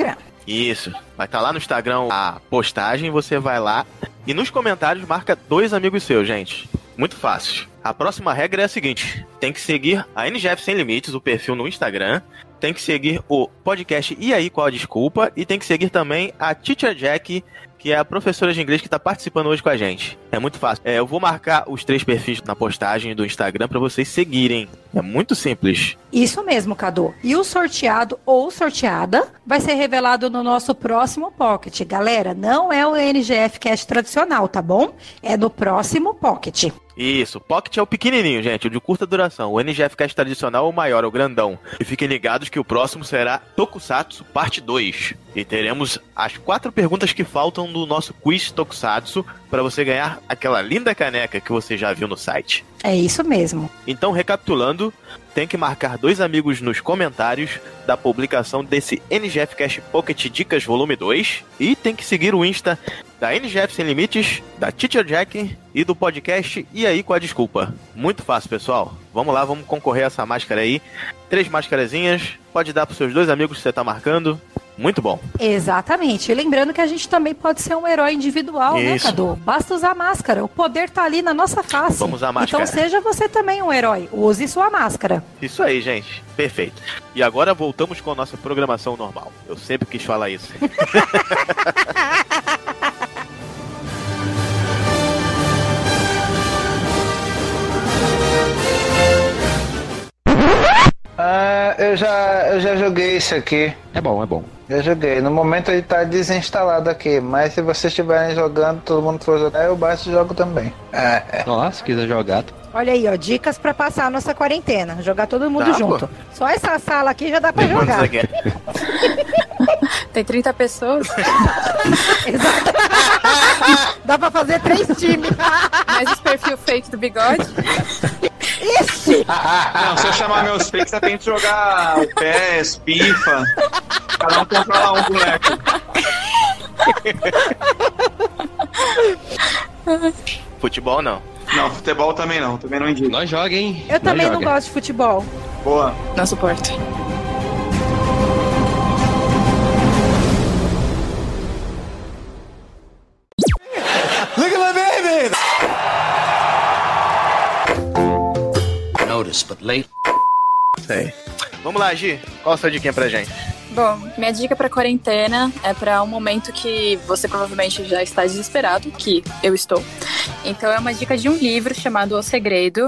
Isso. Vai estar lá no Instagram a postagem, você vai lá e nos comentários marca dois amigos seus, gente. Muito fácil. A próxima regra é a seguinte: tem que seguir a N G F Sem Limites, o perfil no Instagram, tem que seguir o podcast E aí, qual a desculpa? E tem que seguir também a Teacher Jack, que é a professora de inglês que está participando hoje com a gente. É muito fácil. É, eu vou marcar os três perfis na postagem do Instagram para vocês seguirem. É muito simples. Isso mesmo, Cadu. E o sorteado ou sorteada vai ser revelado no nosso próximo Pocket. Galera, não é o N G F Cast tradicional, tá bom? É no próximo Pocket. Isso, Pocket é o pequenininho, gente, o de curta duração. O N G F Cast tradicional é o maior, é o grandão. E fiquem ligados que o próximo será Tokusatsu parte dois. E teremos as quatro perguntas que faltam do nosso quiz Tokusatsu para você ganhar aquela linda caneca que você já viu no site. É isso mesmo. Então, recapitulando, tem que marcar dois amigos nos comentários da publicação desse N G F Cast Pocket Dicas Volume dois. E tem que seguir o Insta da N G F Sem Limites, da Teacher Jack e do podcast E aí, qual a desculpa? Muito fácil, pessoal. Vamos lá, vamos concorrer a essa máscara aí. Três máscarazinhas. Pode dar pros seus dois amigos que você tá marcando. Muito bom. Exatamente. E lembrando que a gente também pode ser um herói individual, Isso. né, Cadu? Basta usar máscara. O poder tá ali na nossa face. Vamos usar máscara. Então seja você também um herói. Use sua máscara. Isso aí, gente. Perfeito. E agora voltamos com a nossa programação normal. Eu sempre quis falar isso. Ah, eu já, eu já joguei isso aqui. É bom, é bom. Já joguei. No momento ele tá desinstalado aqui, mas se vocês estiverem jogando, todo mundo for jogar, eu baixo e jogo também. É. Nossa, se quiser jogar. Olha aí, ó, dicas pra passar a nossa quarentena. Jogar todo mundo Dá, junto. pô. Só essa sala aqui já dá pra Quantos jogar. aqui? Tem trinta pessoas. Exato. Dá pra fazer três times. Mais os perfil fake do bigode. Ixi! Não, se eu chamar meus fakes, eu tenho que jogar o P E S, FIFA. Cada um controla um boneco. Futebol não. Não, futebol também não, também não indico. Nós joga, hein? Eu também não gosto de futebol. Boa. Não suporto. Look at my baby! Notice, but late. Sei. Vamos lá, Gi. Qual a sua dica pra gente? Bom, minha dica pra quarentena é pra um momento que você provavelmente já está desesperado, que eu estou. Então é uma dica de um livro chamado O Segredo.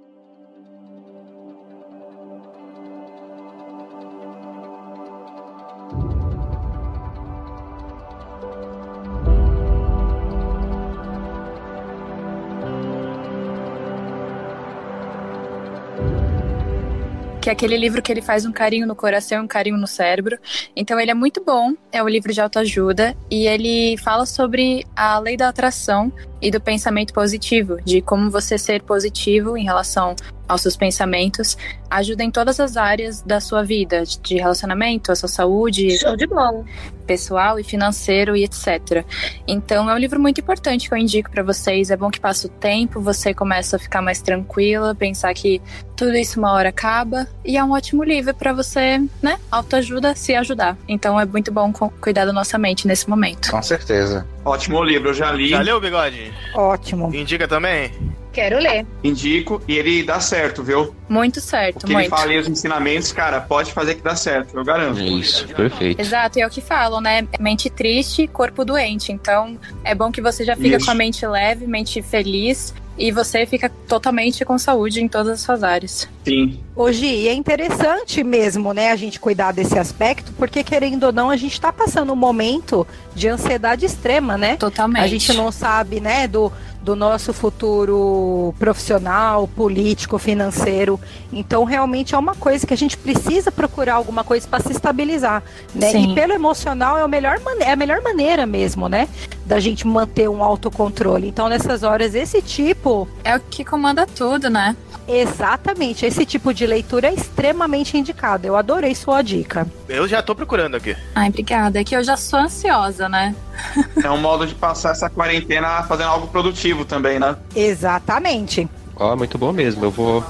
Que é aquele livro que ele faz um carinho no coração e um carinho no cérebro. Então ele é muito bom, é um livro de autoajuda e ele fala sobre a lei da atração e do pensamento positivo, de como você ser positivo em relação aos seus pensamentos ajuda em todas as áreas da sua vida, de relacionamento, a sua saúde, Show de bola. pessoal e financeiro e etcétera. Então é um livro muito importante que eu indico pra vocês. É bom que passa o tempo, você começa a ficar mais tranquila, pensar que tudo isso uma hora acaba, e é um ótimo livro pra você, né, autoajuda, se ajudar. Então é muito bom cuidar da nossa mente nesse momento. Com certeza. Ótimo livro, eu já li. Já leu, Bigode? Ótimo. Indica também? Quero ler. Indico e ele dá certo, viu? Muito certo, O que muito. ele fala ali, os ensinamentos, cara, pode fazer que dá certo, eu garanto. Isso, perfeito. Exato, e é o que falam, né? Mente triste, corpo doente. Então, é bom que você já fica Isso. com a mente leve, mente feliz, e você fica totalmente com saúde em todas as suas áreas. Sim. Hoje é interessante mesmo, né, a gente cuidar desse aspecto, porque querendo ou não, a gente tá passando um momento de ansiedade extrema, né? Totalmente. A gente não sabe, né, do, do nosso futuro profissional, político, financeiro. Então, realmente é uma coisa que a gente precisa procurar alguma coisa para se estabilizar, né? Sim. E pelo emocional é, o melhor, mane- é a melhor maneira mesmo, né, da gente manter um autocontrole. Então, nessas horas, esse tipo... É o que comanda tudo, né? Exatamente, esse tipo de leitura é extremamente indicado. Eu adorei sua dica. Eu já tô procurando aqui. Ai, obrigada. É que eu já sou ansiosa, né? É um modo de passar essa quarentena fazendo algo produtivo também, né? Exatamente. Ó, muito bom mesmo. Eu vou,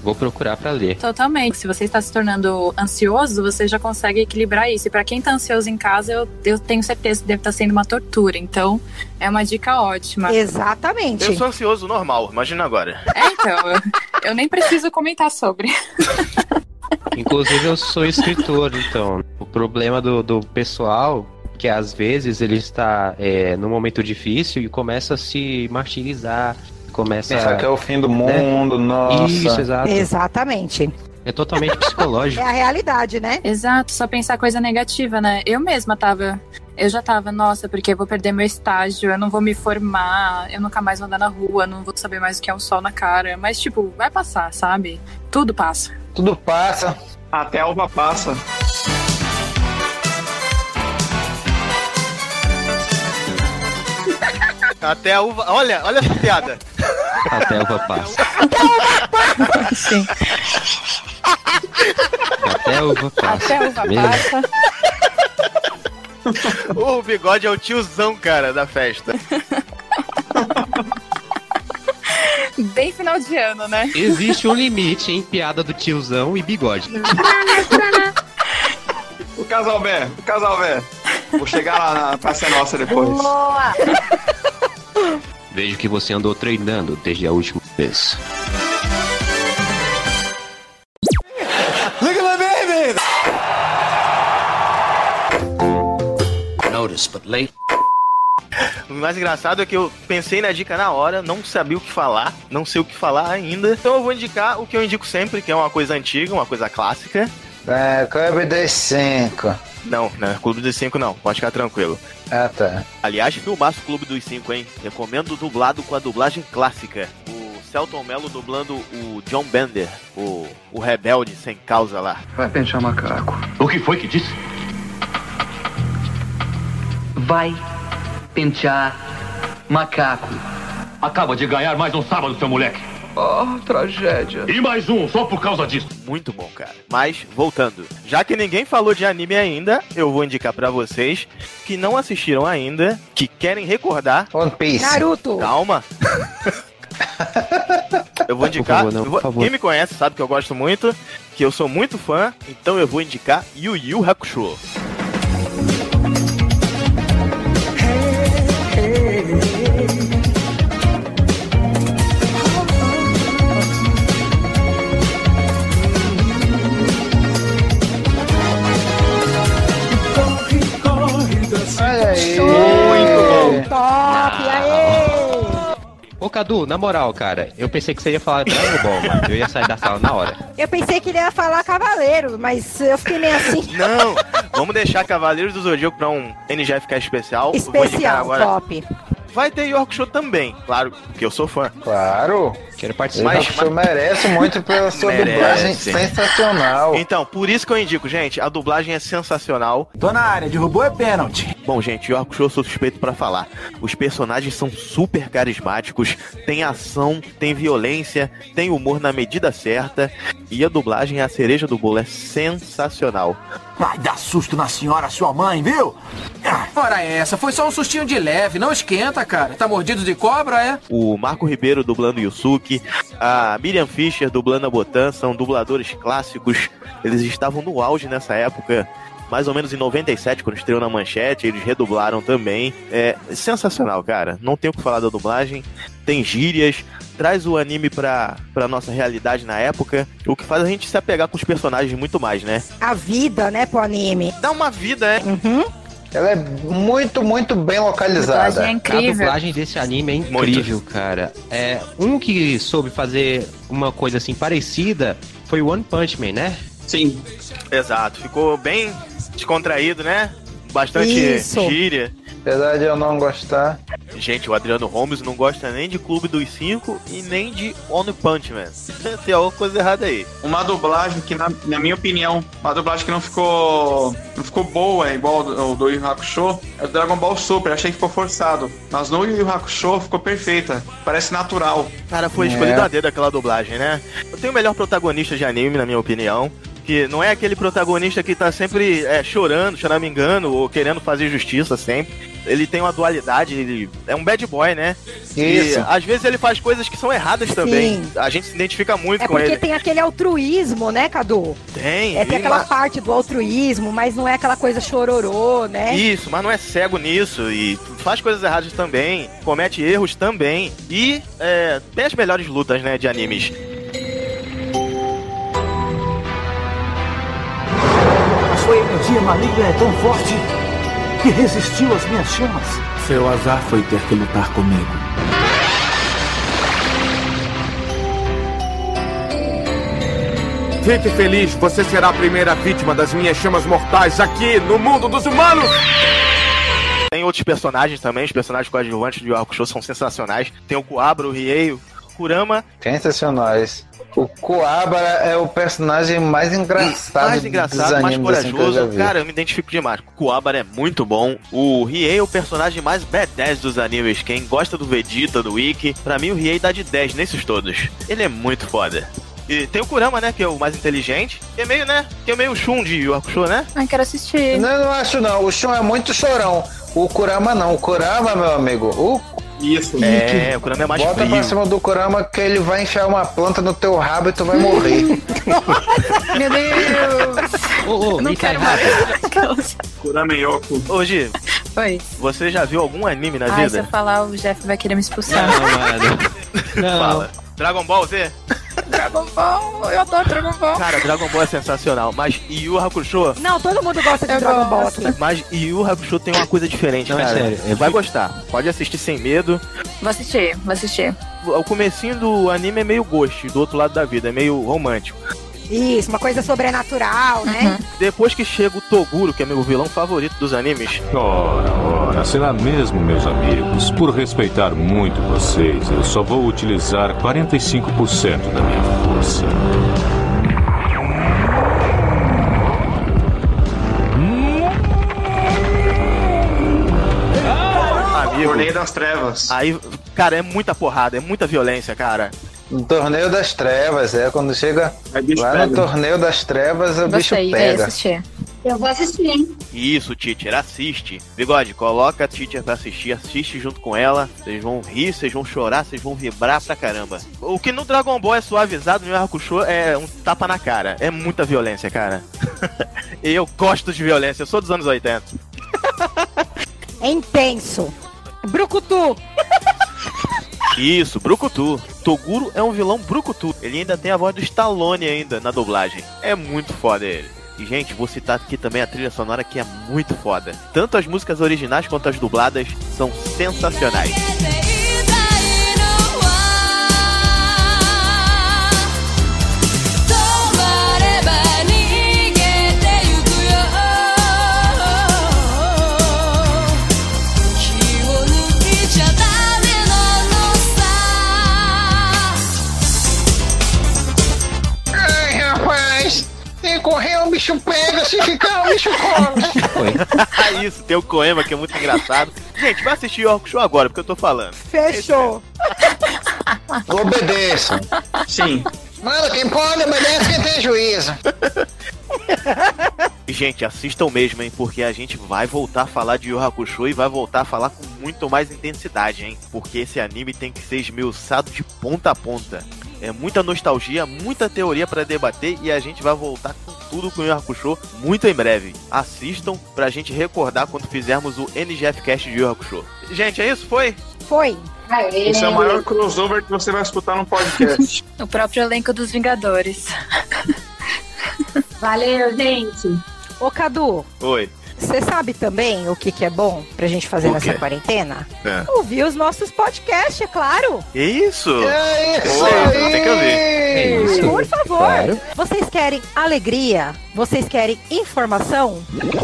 Vou procurar pra ler. Totalmente. Se você está se tornando ansioso, você já consegue equilibrar isso. E pra quem tá ansioso em casa, eu, eu tenho certeza que deve estar sendo uma tortura. Então, é uma dica ótima. Exatamente. Eu sou ansioso normal, imagina agora. É, então, eu, eu nem preciso comentar sobre. Inclusive, eu sou escritor, então. O problema do, do pessoal... que às vezes ele está é, num momento difícil e começa a se martirizar, começa Pensar a... que é o fim do mundo, né? nossa. Isso, exato. Exatamente. É totalmente psicológico. É a realidade, né? Exato, só pensar coisa negativa, né? Eu mesma tava... Eu já tava, nossa, porque eu vou perder meu estágio, eu não vou me formar, eu nunca mais vou andar na rua, não vou saber mais o que é um sol na cara. Mas, tipo, vai passar, sabe? Tudo passa. Tudo passa. Até a uva passa. Até a uva... Olha, olha essa piada. Até a uva passa. Sim. Até a uva passa. Até a uva Meu. passa. O Bigode é o tiozão, cara, da festa. Bem final de ano, né? Existe um limite em piada do tiozão e bigode. O casal Bé, o casal Bé. Vou chegar lá na Praça Nossa depois. Boa! Vejo que você andou treinando desde a última vez. Look at my baby! Notice, but late. O mais engraçado é que eu pensei na dica na hora, não sabia o que falar, não sei o que falar ainda. Então eu vou indicar o que eu indico sempre, que é uma coisa antiga, uma coisa clássica. É, Clube dos Cinco. Não, não é Clube dos Cinco não, pode ficar tranquilo. Ah, tá. Aliás, filmaço Clube dos Cinco, hein? Recomendo dublado com a dublagem clássica. O Celton Mello dublando o John Bender, o, o rebelde sem causa lá. Vai pentear macaco. O que foi que disse? Vai pentear macaco. Acaba de ganhar mais um sábado, seu moleque. Oh, tragédia. E mais um, só por causa disso. Muito bom, cara. Mas, voltando. Já que ninguém falou de anime ainda, eu vou indicar pra vocês que não assistiram ainda, que querem recordar... One Piece. Naruto. Calma. Eu vou indicar... Por favor, não, eu vou- por favor. Quem me conhece sabe que eu gosto muito, que eu sou muito fã, então eu vou indicar Yu Yu Hakusho. Olha aí. Muito bom. Top, aê! Ô Cadu, na moral, cara, eu pensei que você ia falar Dragon Ball, mano. Eu ia sair da sala na hora. Eu pensei que ele ia falar Cavaleiro, mas eu fiquei meio assim. Não, vamos deixar Cavaleiros do Zodíaco pra um N G F K especial. Eu vou indicar Especial, agora. top. Vai ter Yu Hakusho também, claro, porque eu sou fã. Claro. Quero O participar. Mas- Hakusho merece muito pela sua Merece. dublagem sensacional. Então, por isso que eu indico, gente, a dublagem é sensacional. Tô na área, derrubou é pênalti. Bom, gente, Yu Hakusho eu sou suspeito pra falar. Os personagens são super carismáticos, tem ação, tem violência, tem humor na medida certa, e a dublagem é a cereja do bolo, é sensacional. Vai dar susto na senhora, sua mãe, viu? Ora essa, foi só um sustinho de leve, não esquenta, cara. Tá mordido de cobra, é? O Marco Ribeiro dublando Yusuke, a Miriam Fischer dublando a Botan, são dubladores clássicos. Eles estavam no auge nessa época, mais ou menos em noventa e sete, quando estreou na Manchete, eles redublaram também. É sensacional, cara. Não tem o que falar da dublagem. Tem gírias, traz o anime pra, pra nossa realidade na época, o que faz a gente se apegar com os personagens muito mais, né? A vida, né, pro anime. Dá uma vida, é. Uhum. Ela é muito, muito bem A localizada. dublagem é A incrível. dublagem desse anime é incrível, cara. É, um que soube fazer uma coisa assim parecida foi o One Punch Man, né? Sim. Exato, ficou bem descontraído, né? Bastante Isso. gíria. Apesar de eu não gostar. Gente, o Adriano Holmes não gosta nem de Clube dos Cinco e nem de One Punch Man. Tem alguma coisa errada aí. Uma dublagem que, na, na minha opinião, uma dublagem que não ficou não ficou boa, igual do, do Yu Yu Hakusho, é o Dragon Ball Super. Achei que ficou forçado. Mas no Yu Yu Hakusho ficou perfeita. Parece natural. Cara, foi É. escolhido a dedo aquela dublagem, né? Eu tenho o melhor protagonista de anime, na minha opinião. Que não é aquele protagonista que tá sempre é, chorando, choramingando ou querendo fazer justiça sempre. ele tem uma dualidade, ele é um bad boy, né? Isso. E às vezes ele faz coisas que são erradas também. Sim. A gente se identifica muito É com porque ele. tem aquele altruísmo, né, Cadu? Tem. É, tem e aquela ma- parte do altruísmo, mas não é aquela coisa chororô, né? Isso, mas não é cego nisso e faz coisas erradas também, comete erros também e é, tem as melhores lutas, né, de animes. A sua energia maligna é tão forte que resistiu às minhas chamas. Seu azar foi ter que lutar comigo. Fique feliz, você será a primeira vítima das minhas chamas mortais aqui no mundo dos humanos! Tem outros personagens também, os personagens coadjuvantes de Yu Yu Hakusho são sensacionais. Tem o Kuwabara, o Riei, o Kurama. Sensacionais. O Kuwabara é o personagem mais engraçado, mais engraçado, dos mais animes, assim, que eu já corajoso. vi. Cara, eu me identifico demais. O Kuwabara é muito bom. O Riei é o personagem mais badass dos animes. Quem gosta do Vegeta, do Ikki, pra mim o Riei dá de dez nesses todos. Ele é muito foda. E tem o Kurama, né, que é o mais inteligente. Que é meio, né, que é meio o Shun de Yu Yu Hakusho, né? Ai, quero assistir. Não, eu não acho não. O Shun é muito chorão. O Kurama não. O Kurama, meu amigo, o... Isso. É, o Kurama é mais Bota frio. pra cima do Kurama que ele vai enfiar uma planta no teu rabo e tu vai morrer. Meu Deus! Ô, ô, Não Mikai quero mais. rápido. Kurama Yoko. Ô, Gi, Oi. você já viu algum anime na Ai, se eu vida? falar, o Jeff vai querer me expulsar. Não, mano. Não. Fala. Dragon Ball Z? Dragon Ball, eu adoro Dragon Ball. Cara, Dragon Ball é sensacional, mas Yu Yu Hakusho... Não, todo mundo gosta de Eu Dragon Ball gosto. aqui. Mas Yu Yu Hakusho tem uma coisa diferente, Não, é cara. sério, é Vai muito- gostar. Pode assistir sem medo. Vou assistir, vou assistir. O comecinho do anime é meio ghost, do outro lado da vida, é meio romântico. Isso, uma coisa sobrenatural, né? Depois que chega o Toguro, que é meu vilão favorito dos animes, Ora, ora, será mesmo, meus amigos? Por respeitar muito vocês, eu só vou utilizar quarenta e cinco por cento da minha força. amigo, Torneio das Trevas. aí, cara, é muita porrada, é muita violência, cara. No Torneio das Trevas, é. Quando chega Aí bicho lá pega. no Torneio das Trevas, o bicho Gostei, vai pega. assistir. Eu vou assistir, hein? Isso, Teacher, assiste. Bigode, coloca a Teacher pra assistir, assiste junto com ela. Vocês vão rir, vocês vão chorar, vocês vão vibrar pra caramba. O que no Dragon Ball é suavizado, no Yu Yu Hakusho é um tapa na cara. É muita violência, cara. E eu gosto de violência, eu sou dos anos oitenta. É intenso. Brucutu. Isso, Brucutu. Toguro é um vilão Brucutu. Ele ainda tem a voz do Stallone ainda na dublagem. É muito foda ele. E, gente, vou citar aqui também a trilha sonora que é muito foda. Tanto as músicas originais quanto as dubladas são sensacionais. Ai, rapaz! Se correr, o bicho pega, se ficar, o bicho come. Isso, tem o Koema que é muito engraçado. Gente, vai assistir o Yu Yu Hakusho agora, porque eu tô falando. Fechou. Obedeçam. Sim. Mano, quem pode obedece quem tem juízo. E, gente, assistam mesmo, hein? Porque a gente vai voltar a falar de Yu Yu Hakusho e vai voltar a falar com muito mais intensidade, hein? Porque esse anime tem que ser esmiuçado de ponta a ponta. É muita nostalgia, muita teoria pra debater e a gente vai voltar com tudo com o Yu Yu Hakusho muito em breve. Assistam pra gente recordar quando fizermos o N G F Cast de Yu Yu Hakusho. Gente, é isso? Foi? Foi. Esse é o maior crossover que você vai escutar no podcast. O próprio elenco dos Vingadores. Valeu, gente. Ô, Cadu, Oi. você sabe também o que, que é bom pra gente fazer O nessa quê? quarentena? É. Ouvir os nossos podcasts, é claro. Que isso? É isso Pô, aí. tem que ouvir. É isso. Por favor. Claro. Vocês querem alegria? Vocês querem informação?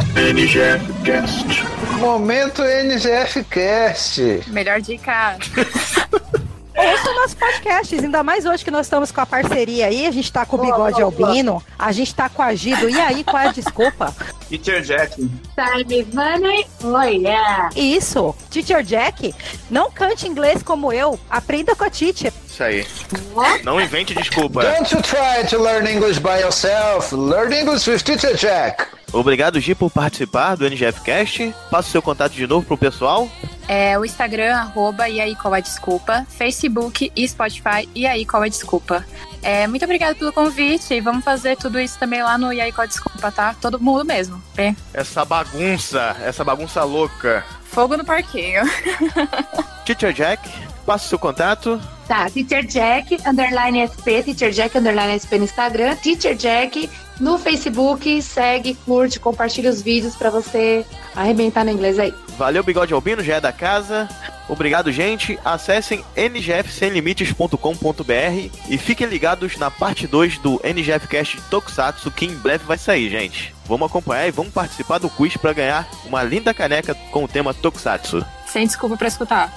Momento N G F Cast. Melhor dica. Ouça nossos podcasts, ainda mais hoje que nós estamos com a parceria aí, a gente tá com o Bigode Albino, a gente tá com a Gido, e aí, qual é a desculpa? Teacher Jack. Time Money, oh yeah. Isso, Teacher Jack, não cante inglês como eu, aprenda com a Teacher. Isso aí. Não invente desculpa. Don't you try to learn English by yourself. Learn English with Teacher Jack. Obrigado, Gi, por participar do N G F Cast. Passa o seu contato de novo pro pessoal. É o Instagram, arroba, e aí qual a desculpa, Facebook e Spotify, e aí qual a desculpa. É, muito obrigada pelo convite e vamos fazer tudo isso também lá no E aí qual a desculpa, tá? Todo mundo mesmo, é. Essa bagunça, essa bagunça louca. Fogo no parquinho. Teacher Jack, passa o seu contato. Tá, Teacher Jack, underline S P, Teacher Jack, underline S P no Instagram, Teacher Jack no Facebook, segue, curte, compartilha os vídeos pra você arrebentar no inglês aí. Valeu, Bigode Albino, já é da casa. Obrigado, gente. Acessem n g f sem limites ponto com ponto b r e fiquem ligados na parte dois do N G F Cast Tokusatsu, que em breve vai sair, gente. Vamos acompanhar e vamos participar do quiz pra ganhar uma linda caneca com o tema Tokusatsu. Sem desculpa pra escutar.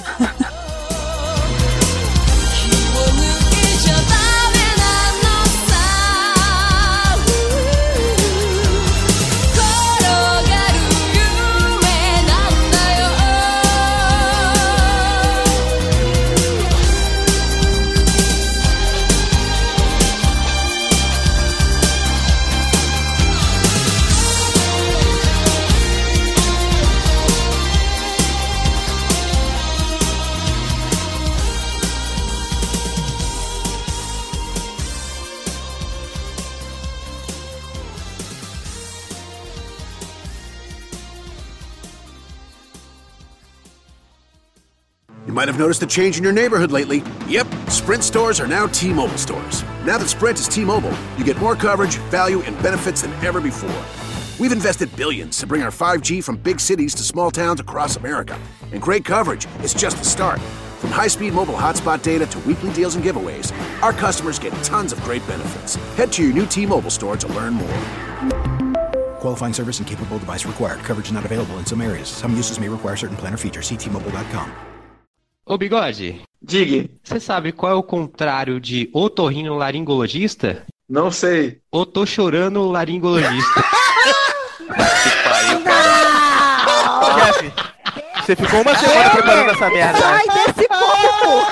You might have noticed a change in your neighborhood lately. Yep, Sprint stores are now T-Mobile stores. Now that Sprint is T-Mobile, you get more coverage, value, and benefits than ever before. We've invested billions to bring our five G from big cities to small towns across America. And great coverage is just the start. From high-speed mobile hotspot data to weekly deals and giveaways, our customers get tons of great benefits. Head to your new T-Mobile store to learn more. Qualifying service and capable device required. Coverage not available in some areas. Some uses may require certain plan or features. See T Mobile dot com. Ô, Bigode. Diga. Você sabe qual é o contrário de otorrinolaringologista? Não sei. Otochorano-laringologista. Que pariu, cara. Jeff, você ficou uma semana preparando essa merda. Sai desse corpo!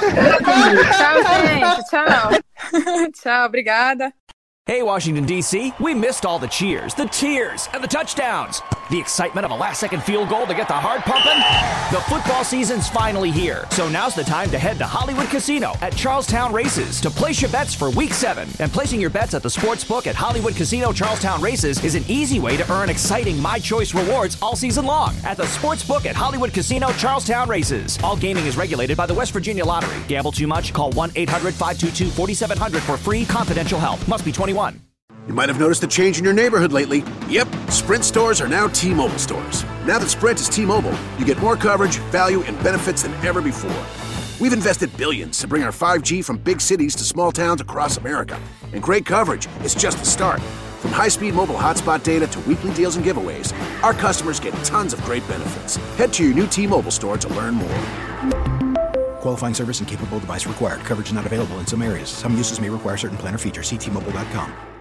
Tchau, gente. Tchau. Tchau, obrigada. Hey, Washington, D C, we missed all the cheers, the tears, and the touchdowns. The excitement of a last-second field goal to get the heart pumping. The football season's finally here, so now's the time to head to Hollywood Casino at Charlestown Races to place your bets for Week seven. And placing your bets at the sports book at Hollywood Casino Charlestown Races is an easy way to earn exciting My Choice rewards all season long at the sports book at Hollywood Casino Charlestown Races. All gaming is regulated by the West Virginia Lottery. Gamble too much? Call one eight hundred five two two four seven zero zero for free confidential help. Must be twenty-one. You might have noticed a change in your neighborhood lately. Yep, Sprint stores are now T-Mobile stores. Now that Sprint is T-Mobile, you get more coverage, value, and benefits than ever before. We've invested billions to bring our five G from big cities to small towns across America. And great coverage is just the start. From high-speed mobile hotspot data to weekly deals and giveaways, our customers get tons of great benefits. Head to your new T-Mobile store to learn more. Qualifying service and capable device required. Coverage not available in some areas. Some uses may require certain plan or features. See T Mobile dot com.